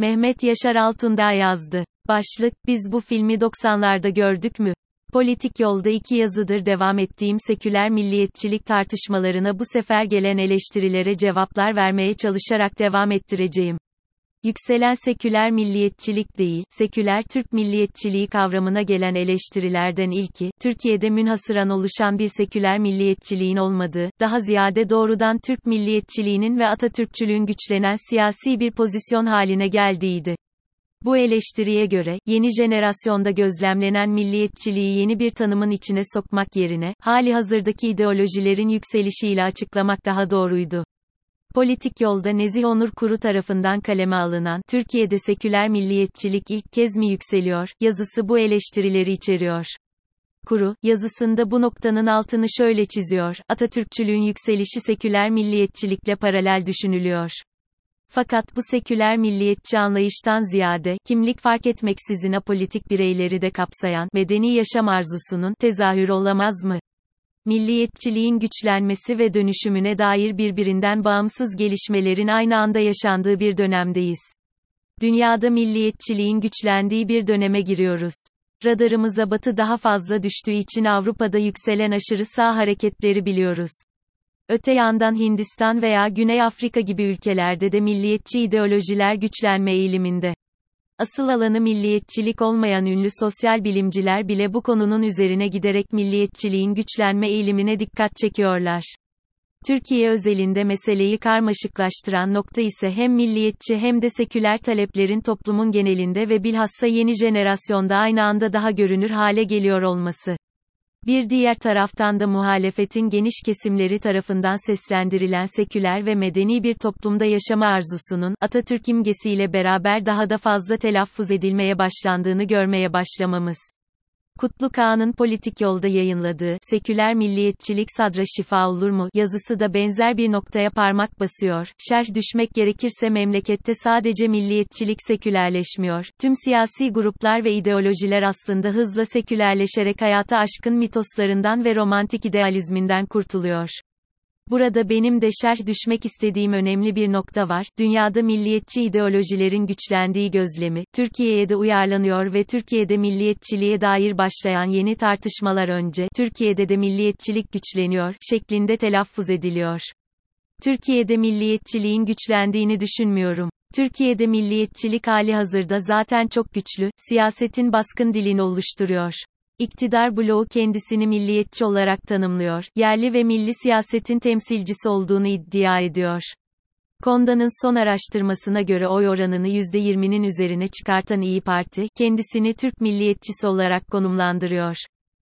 Mehmet Yaşar Altundağ yazdı. Başlık, biz bu filmi 90'larda gördük mü? Politik yolda 2 yazıdır devam ettiğim seküler milliyetçilik tartışmalarına bu sefer gelen eleştirilere cevaplar vermeye çalışarak devam ettireceğim. Yükselen seküler milliyetçilik değil, seküler Türk milliyetçiliği kavramına gelen eleştirilerden ilki, Türkiye'de münhasıran oluşan bir seküler milliyetçiliğin olmadığı, daha ziyade doğrudan Türk milliyetçiliğinin ve Atatürkçülüğün güçlenen siyasi bir pozisyon haline geldiğiydi. Bu eleştiriye göre, yeni jenerasyonda gözlemlenen milliyetçiliği yeni bir tanımın içine sokmak yerine, halihazırdaki ideolojilerin yükselişiyle açıklamak daha doğruydu. Politik yolda Nezih Onur Kuru tarafından kaleme alınan, Türkiye'de seküler milliyetçilik ilk kez mi yükseliyor, yazısı bu eleştirileri içeriyor. Kuru, yazısında bu noktanın altını şöyle çiziyor, Atatürkçülüğün yükselişi seküler milliyetçilikle paralel düşünülüyor. Fakat bu seküler milliyetçi anlayıştan ziyade, kimlik fark etmeksizin apolitik bireyleri de kapsayan, medeni yaşam arzusunun, tezahürü olamaz mı? Milliyetçiliğin güçlenmesi ve dönüşümüne dair birbirinden bağımsız gelişmelerin aynı anda yaşandığı bir dönemdeyiz. Dünyada milliyetçiliğin güçlendiği bir döneme giriyoruz. Radarımıza Batı daha fazla düştüğü için Avrupa'da yükselen aşırı sağ hareketleri biliyoruz. Öte yandan Hindistan veya Güney Afrika gibi ülkelerde de milliyetçi ideolojiler güçlenme eğiliminde. Asıl alanı milliyetçilik olmayan ünlü sosyal bilimciler bile bu konunun üzerine giderek milliyetçiliğin güçlenme eğilimine dikkat çekiyorlar. Türkiye özelinde meseleyi karmaşıklaştıran nokta ise hem milliyetçi hem de seküler taleplerin toplumun genelinde ve bilhassa yeni jenerasyonda aynı anda daha görünür hale geliyor olması. Bir diğer taraftan da muhalefetin geniş kesimleri tarafından seslendirilen seküler ve medeni bir toplumda yaşama arzusunun, Atatürk imgesiyle beraber daha da fazla telaffuz edilmeye başlandığını görmeye başlamamız. Kutlu Kağan'ın Politik Yolda yayınladığı, Seküler Milliyetçilik Sadra Şifa Olur mu? Yazısı da benzer bir noktaya parmak basıyor. Şerh düşmek gerekirse memlekette sadece milliyetçilik sekülerleşmiyor. Tüm siyasi gruplar ve ideolojiler aslında hızla sekülerleşerek hayata aşkın mitoslarından ve romantik idealizminden kurtuluyor. Burada benim de şerh düşmek istediğim önemli bir nokta var. Dünyada milliyetçi ideolojilerin güçlendiği gözlemi, Türkiye'ye de uyarlanıyor ve Türkiye'de milliyetçiliğe dair başlayan yeni tartışmalar önce, Türkiye'de de milliyetçilik güçleniyor, şeklinde telaffuz ediliyor. Türkiye'de milliyetçiliğin güçlendiğini düşünmüyorum. Türkiye'de milliyetçilik halihazırda zaten çok güçlü, siyasetin baskın dilini oluşturuyor. İktidar bloğu kendisini milliyetçi olarak tanımlıyor, yerli ve milli siyasetin temsilcisi olduğunu iddia ediyor. Konda'nın son araştırmasına göre oy oranını %20'nin üzerine çıkartan İYİ Parti, kendisini Türk milliyetçisi olarak konumlandırıyor.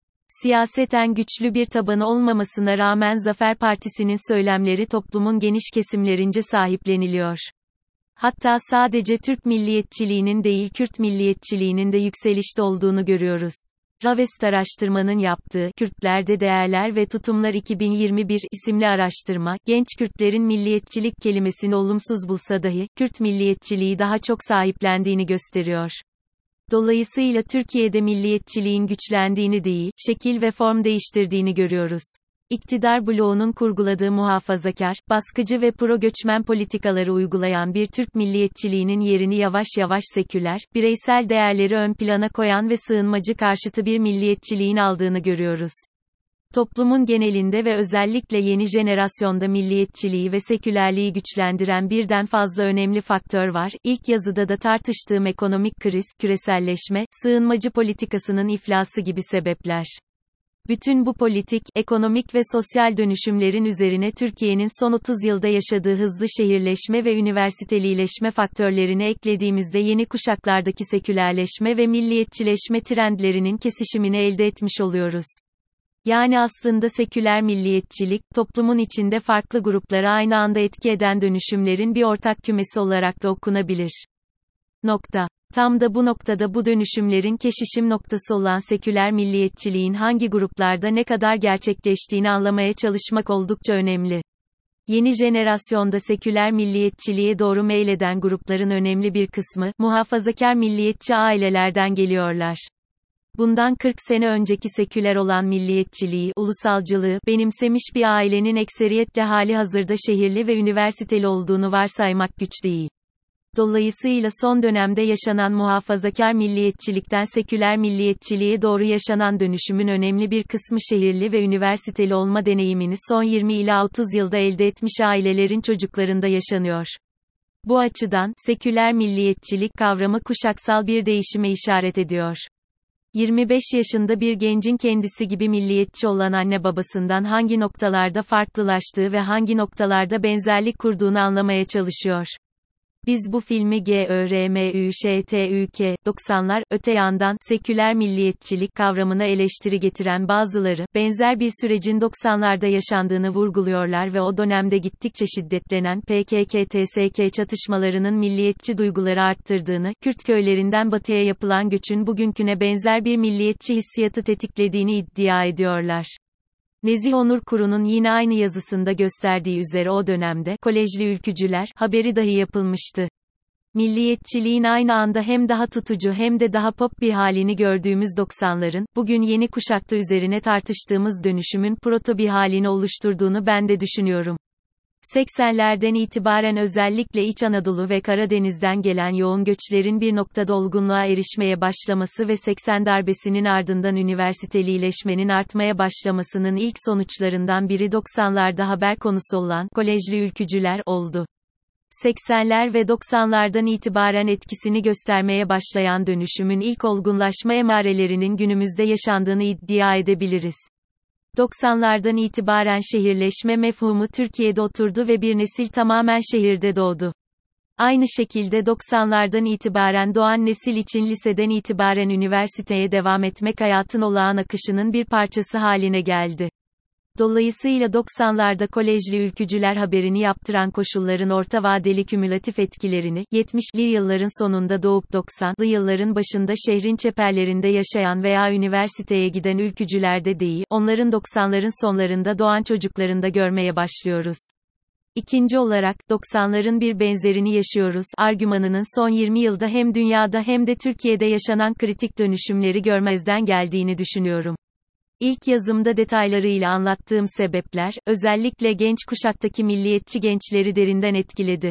Siyaseten güçlü bir tabanı olmamasına rağmen Zafer Partisi'nin söylemleri toplumun geniş kesimlerince sahipleniliyor. Hatta sadece Türk milliyetçiliğinin değil Kürt milliyetçiliğinin de yükselişte olduğunu görüyoruz. Ravest araştırmanın yaptığı, Kürtlerde Değerler ve Tutumlar 2021 isimli araştırma, genç Kürtlerin milliyetçilik kelimesini olumsuz bulsa dahi, Kürt milliyetçiliği daha çok sahiplendiğini gösteriyor. Dolayısıyla Türkiye'de milliyetçiliğin güçlendiğini değil, şekil ve form değiştirdiğini görüyoruz. İktidar bloğunun kurguladığı muhafazakar, baskıcı ve pro-göçmen politikaları uygulayan bir Türk milliyetçiliğinin yerini yavaş yavaş seküler, bireysel değerleri ön plana koyan ve sığınmacı karşıtı bir milliyetçiliğin aldığını görüyoruz. Toplumun genelinde ve özellikle yeni jenerasyonda milliyetçiliği ve sekülerliği güçlendiren birden fazla önemli faktör var. İlk yazıda da tartıştığım ekonomik kriz, küreselleşme, sığınmacı politikasının iflası gibi sebepler. Bütün bu politik, ekonomik ve sosyal dönüşümlerin üzerine Türkiye'nin son 30 yılda yaşadığı hızlı şehirleşme ve üniversitelileşme faktörlerini eklediğimizde yeni kuşaklardaki sekülerleşme ve milliyetçileşme trendlerinin kesişimini elde etmiş oluyoruz. Yani aslında seküler milliyetçilik, toplumun içinde farklı gruplara aynı anda etki eden dönüşümlerin bir ortak kümesi olarak da okunabilir. Tam da bu noktada bu dönüşümlerin kesişim noktası olan seküler milliyetçiliğin hangi gruplarda ne kadar gerçekleştiğini anlamaya çalışmak oldukça önemli. Yeni jenerasyonda seküler milliyetçiliğe doğru meyleden grupların önemli bir kısmı, muhafazakar milliyetçi ailelerden geliyorlar. Bundan 40 sene önceki seküler olan milliyetçiliği, ulusalcılığı benimsemiş bir ailenin ekseriyetle halihazırda şehirli ve üniversiteli olduğunu varsaymak güç değil. Dolayısıyla son dönemde yaşanan muhafazakar milliyetçilikten seküler milliyetçiliğe doğru yaşanan dönüşümün önemli bir kısmı şehirli ve üniversiteli olma deneyimini son 20 ila 30 yılda elde etmiş ailelerin çocuklarında yaşanıyor. Bu açıdan, seküler milliyetçilik kavramı kuşaksal bir değişime işaret ediyor. 25 yaşında bir gencin kendisi gibi milliyetçi olan anne babasından hangi noktalarda farklılaştığı ve hangi noktalarda benzerlik kurduğunu anlamaya çalışıyor. Biz bu filmi GÖRMÜŞTÜK, 90'lar, öte yandan, seküler milliyetçilik kavramına eleştiri getiren bazıları, benzer bir sürecin 90'larda yaşandığını vurguluyorlar ve o dönemde gittikçe şiddetlenen PKK-TSK çatışmalarının milliyetçi duyguları arttırdığını, Kürt köylerinden batıya yapılan göçün bugünküne benzer bir milliyetçi hissiyatı tetiklediğini iddia ediyorlar. Nezih Onur Kuru'nun yine aynı yazısında gösterdiği üzere o dönemde, kolejli ülkücüler, haberi dahi yapılmıştı. Milliyetçiliğin aynı anda hem daha tutucu hem de daha pop bir halini gördüğümüz 90'ların, bugün yeni kuşakta üzerine tartıştığımız dönüşümün proto bir halini oluşturduğunu ben de düşünüyorum. 80'lerden itibaren özellikle İç Anadolu ve Karadeniz'den gelen yoğun göçlerin bir noktada olgunluğa erişmeye başlaması ve 80 darbesinin ardından üniversitelileşmenin artmaya başlamasının ilk sonuçlarından biri 90'larda haber konusu olan kolejli ülkücüler oldu. 80'ler ve 90'lardan itibaren etkisini göstermeye başlayan dönüşümün ilk olgunlaşma emarelerinin günümüzde yaşandığını iddia edebiliriz. 90'lardan itibaren şehirleşme mefhumu Türkiye'de oturdu ve bir nesil tamamen şehirde doğdu. Aynı şekilde 90'lardan itibaren doğan nesil için liseden itibaren üniversiteye devam etmek hayatın olağan akışının bir parçası haline geldi. Dolayısıyla 90'larda kolejli ülkücüler haberini yaptıran koşulların orta vadeli kümülatif etkilerini, 70'li yılların sonunda doğup 90'lı yılların başında şehrin çeperlerinde yaşayan veya üniversiteye giden ülkücülerde değil, onların 90'ların sonlarında doğan çocuklarında görmeye başlıyoruz. İkinci olarak, 90'ların bir benzerini yaşıyoruz argümanının son 20 yılda hem dünyada hem de Türkiye'de yaşanan kritik dönüşümleri görmezden geldiğini düşünüyorum. İlk yazımda detaylarıyla anlattığım sebepler, özellikle genç kuşaktaki milliyetçi gençleri derinden etkiledi.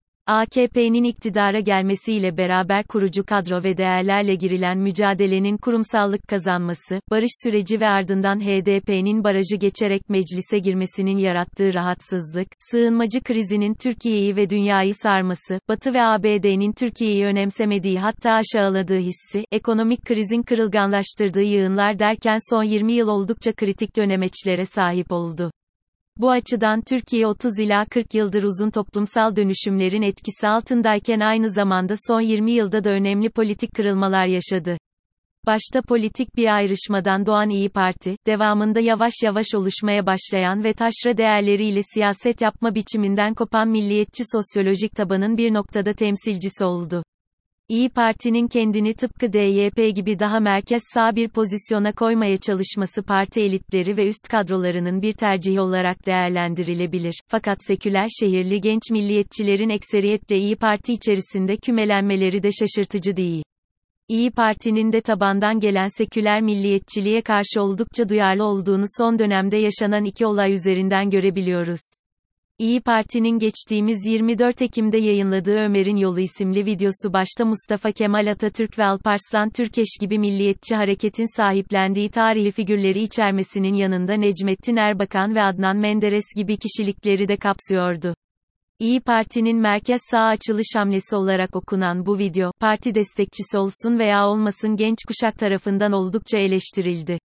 AKP'nin iktidara gelmesiyle beraber kurucu kadro ve değerlerle girilen mücadelenin kurumsallık kazanması, barış süreci ve ardından HDP'nin barajı geçerek meclise girmesinin yarattığı rahatsızlık, sığınmacı krizinin Türkiye'yi ve dünyayı sarması, Batı ve ABD'nin Türkiye'yi önemsemediği hatta aşağıladığı hissi, ekonomik krizin kırılganlaştırdığı yığınlar derken son 20 yıl oldukça kritik dönemeçlere sahip oldu. Bu açıdan Türkiye 30 ila 40 yıldır uzun toplumsal dönüşümlerin etkisi altındayken aynı zamanda son 20 yılda da önemli politik kırılmalar yaşadı. Başta politik bir ayrışmadan doğan İyi Parti, devamında yavaş yavaş oluşmaya başlayan ve taşra değerleriyle siyaset yapma biçiminden kopan milliyetçi sosyolojik tabanın bir noktada temsilcisi oldu. İyi Parti'nin kendini tıpkı DYP gibi daha merkez sağ bir pozisyona koymaya çalışması parti elitleri ve üst kadrolarının bir tercihi olarak değerlendirilebilir. Fakat seküler şehirli genç milliyetçilerin ekseriyetle İyi Parti içerisinde kümelenmeleri de şaşırtıcı değil. İyi Parti'nin de tabandan gelen seküler milliyetçiliğe karşı oldukça duyarlı olduğunu son dönemde yaşanan iki olay üzerinden görebiliyoruz. İyi Parti'nin geçtiğimiz 24 Ekim'de yayınladığı Ömer'in Yolu isimli videosu başta Mustafa Kemal Atatürk ve Alparslan Türkeş gibi milliyetçi hareketin sahiplendiği tarihi figürleri içermesinin yanında Necmettin Erbakan ve Adnan Menderes gibi kişilikleri de kapsıyordu. İyi Parti'nin merkez sağ açılış hamlesi olarak okunan bu video, parti destekçisi olsun veya olmasın genç kuşak tarafından oldukça eleştirildi.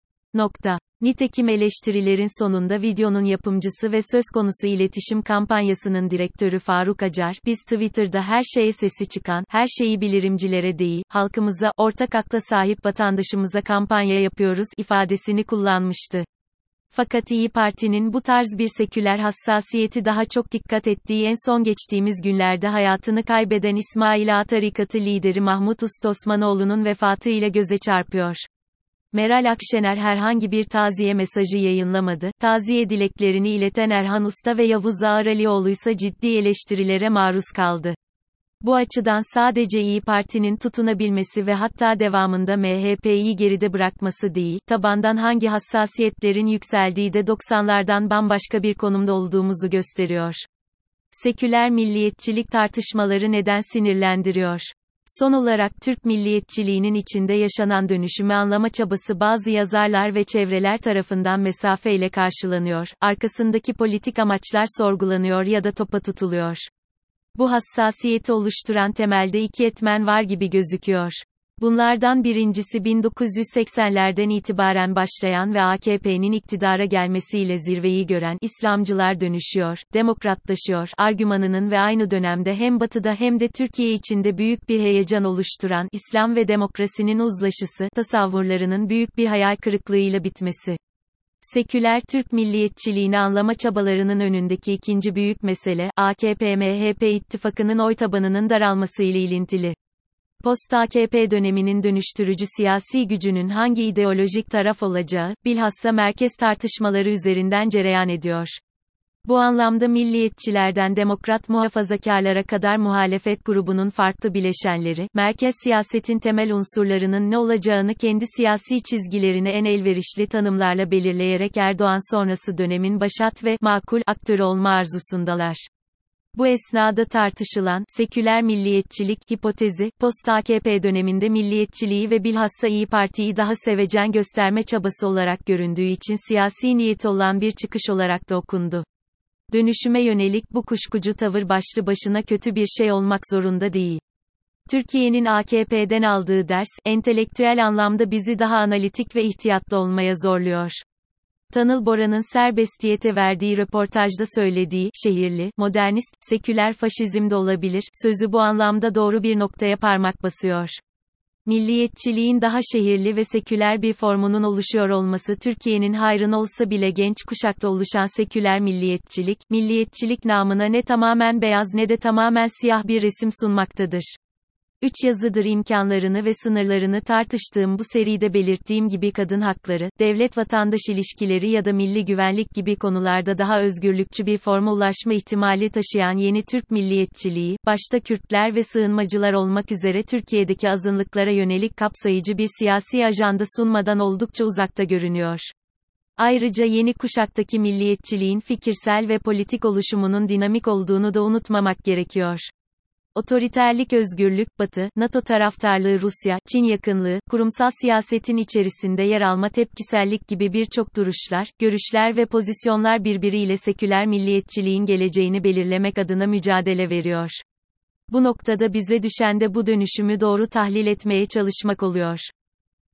Nitekim eleştirilerin sonunda videonun yapımcısı ve söz konusu iletişim kampanyasının direktörü Faruk Acar, biz Twitter'da her şeye sesi çıkan, her şeyi bilirimcilere değil, halkımıza, ortak akla sahip vatandaşımıza kampanya yapıyoruz ifadesini kullanmıştı. Fakat İyi Parti'nin bu tarz bir seküler hassasiyeti daha çok dikkat ettiği en son geçtiğimiz günlerde hayatını kaybeden İsmail Ağa tarikatı lideri Mahmut Usta Osmanoğlu'nun vefatı ile göze çarpıyor. Meral Akşener herhangi bir taziye mesajı yayınlamadı, taziye dileklerini ileten Erhan Usta ve Yavuz Ağaralioğlu ise ciddi eleştirilere maruz kaldı. Bu açıdan sadece İyi Parti'nin tutunabilmesi ve hatta devamında MHP'yi geride bırakması değil, tabandan hangi hassasiyetlerin yükseldiği de 90'lardan bambaşka bir konumda olduğumuzu gösteriyor. Seküler milliyetçilik tartışmaları neden sinirlendiriyor? Son olarak Türk milliyetçiliğinin içinde yaşanan dönüşümü anlama çabası bazı yazarlar ve çevreler tarafından mesafeyle karşılanıyor, arkasındaki politik amaçlar sorgulanıyor ya da topa tutuluyor. Bu hassasiyeti oluşturan temelde iki etmen var gibi gözüküyor. Bunlardan birincisi 1980'lerden itibaren başlayan ve AKP'nin iktidara gelmesiyle zirveyi gören İslamcılar dönüşüyor, demokratlaşıyor argümanının ve aynı dönemde hem Batı'da hem de Türkiye içinde büyük bir heyecan oluşturan İslam ve demokrasinin uzlaşısı tasavvurlarının büyük bir hayal kırıklığıyla bitmesi. Seküler Türk milliyetçiliğini anlama çabalarının önündeki ikinci büyük mesele, AKP-MHP ittifakının oy tabanının daralması ile ilintili. Post-AKP döneminin dönüştürücü siyasi gücünün hangi ideolojik taraf olacağı, bilhassa merkez tartışmaları üzerinden cereyan ediyor. Bu anlamda milliyetçilerden demokrat muhafazakarlara kadar muhalefet grubunun farklı bileşenleri, merkez siyasetin temel unsurlarının ne olacağını kendi siyasi çizgilerini en elverişli tanımlarla belirleyerek Erdoğan sonrası dönemin başat ve makul aktörü olma arzusundalar. Bu esnada tartışılan, seküler milliyetçilik hipotezi, post-AKP döneminde milliyetçiliği ve bilhassa İyi Parti'yi daha sevecen gösterme çabası olarak göründüğü için siyasi niyeti olan bir çıkış olarak da okundu. Dönüşüme yönelik bu kuşkucu tavır başlı başına kötü bir şey olmak zorunda değil. Türkiye'nin AKP'den aldığı ders, entelektüel anlamda bizi daha analitik ve ihtiyatlı olmaya zorluyor. Tanıl Bora'nın Serbestiyet'e verdiği röportajda söylediği, şehirli, modernist, seküler faşizm de olabilir, sözü bu anlamda doğru bir noktaya parmak basıyor. Milliyetçiliğin daha şehirli ve seküler bir formunun oluşuyor olması Türkiye'nin hayrına olsa bile genç kuşakta oluşan seküler milliyetçilik namına ne tamamen beyaz ne de tamamen siyah bir resim sunmaktadır. 3 yazıdır imkanlarını ve sınırlarını tartıştığım bu seride belirttiğim gibi kadın hakları, devlet-vatandaş ilişkileri ya da milli güvenlik gibi konularda daha özgürlükçü bir forma ulaşma ihtimali taşıyan yeni Türk milliyetçiliği, başta Kürtler ve sığınmacılar olmak üzere Türkiye'deki azınlıklara yönelik kapsayıcı bir siyasi ajanda sunmadan oldukça uzakta görünüyor. Ayrıca yeni kuşaktaki milliyetçiliğin fikirsel ve politik oluşumunun dinamik olduğunu da unutmamak gerekiyor. Otoriterlik, özgürlük, Batı, NATO taraftarlığı, Rusya, Çin yakınlığı, kurumsal siyasetin içerisinde yer alma, tepkisellik gibi birçok duruşlar, görüşler ve pozisyonlar birbiriyle seküler milliyetçiliğin geleceğini belirlemek adına mücadele veriyor. Bu noktada bize düşen de bu dönüşümü doğru tahlil etmeye çalışmak oluyor.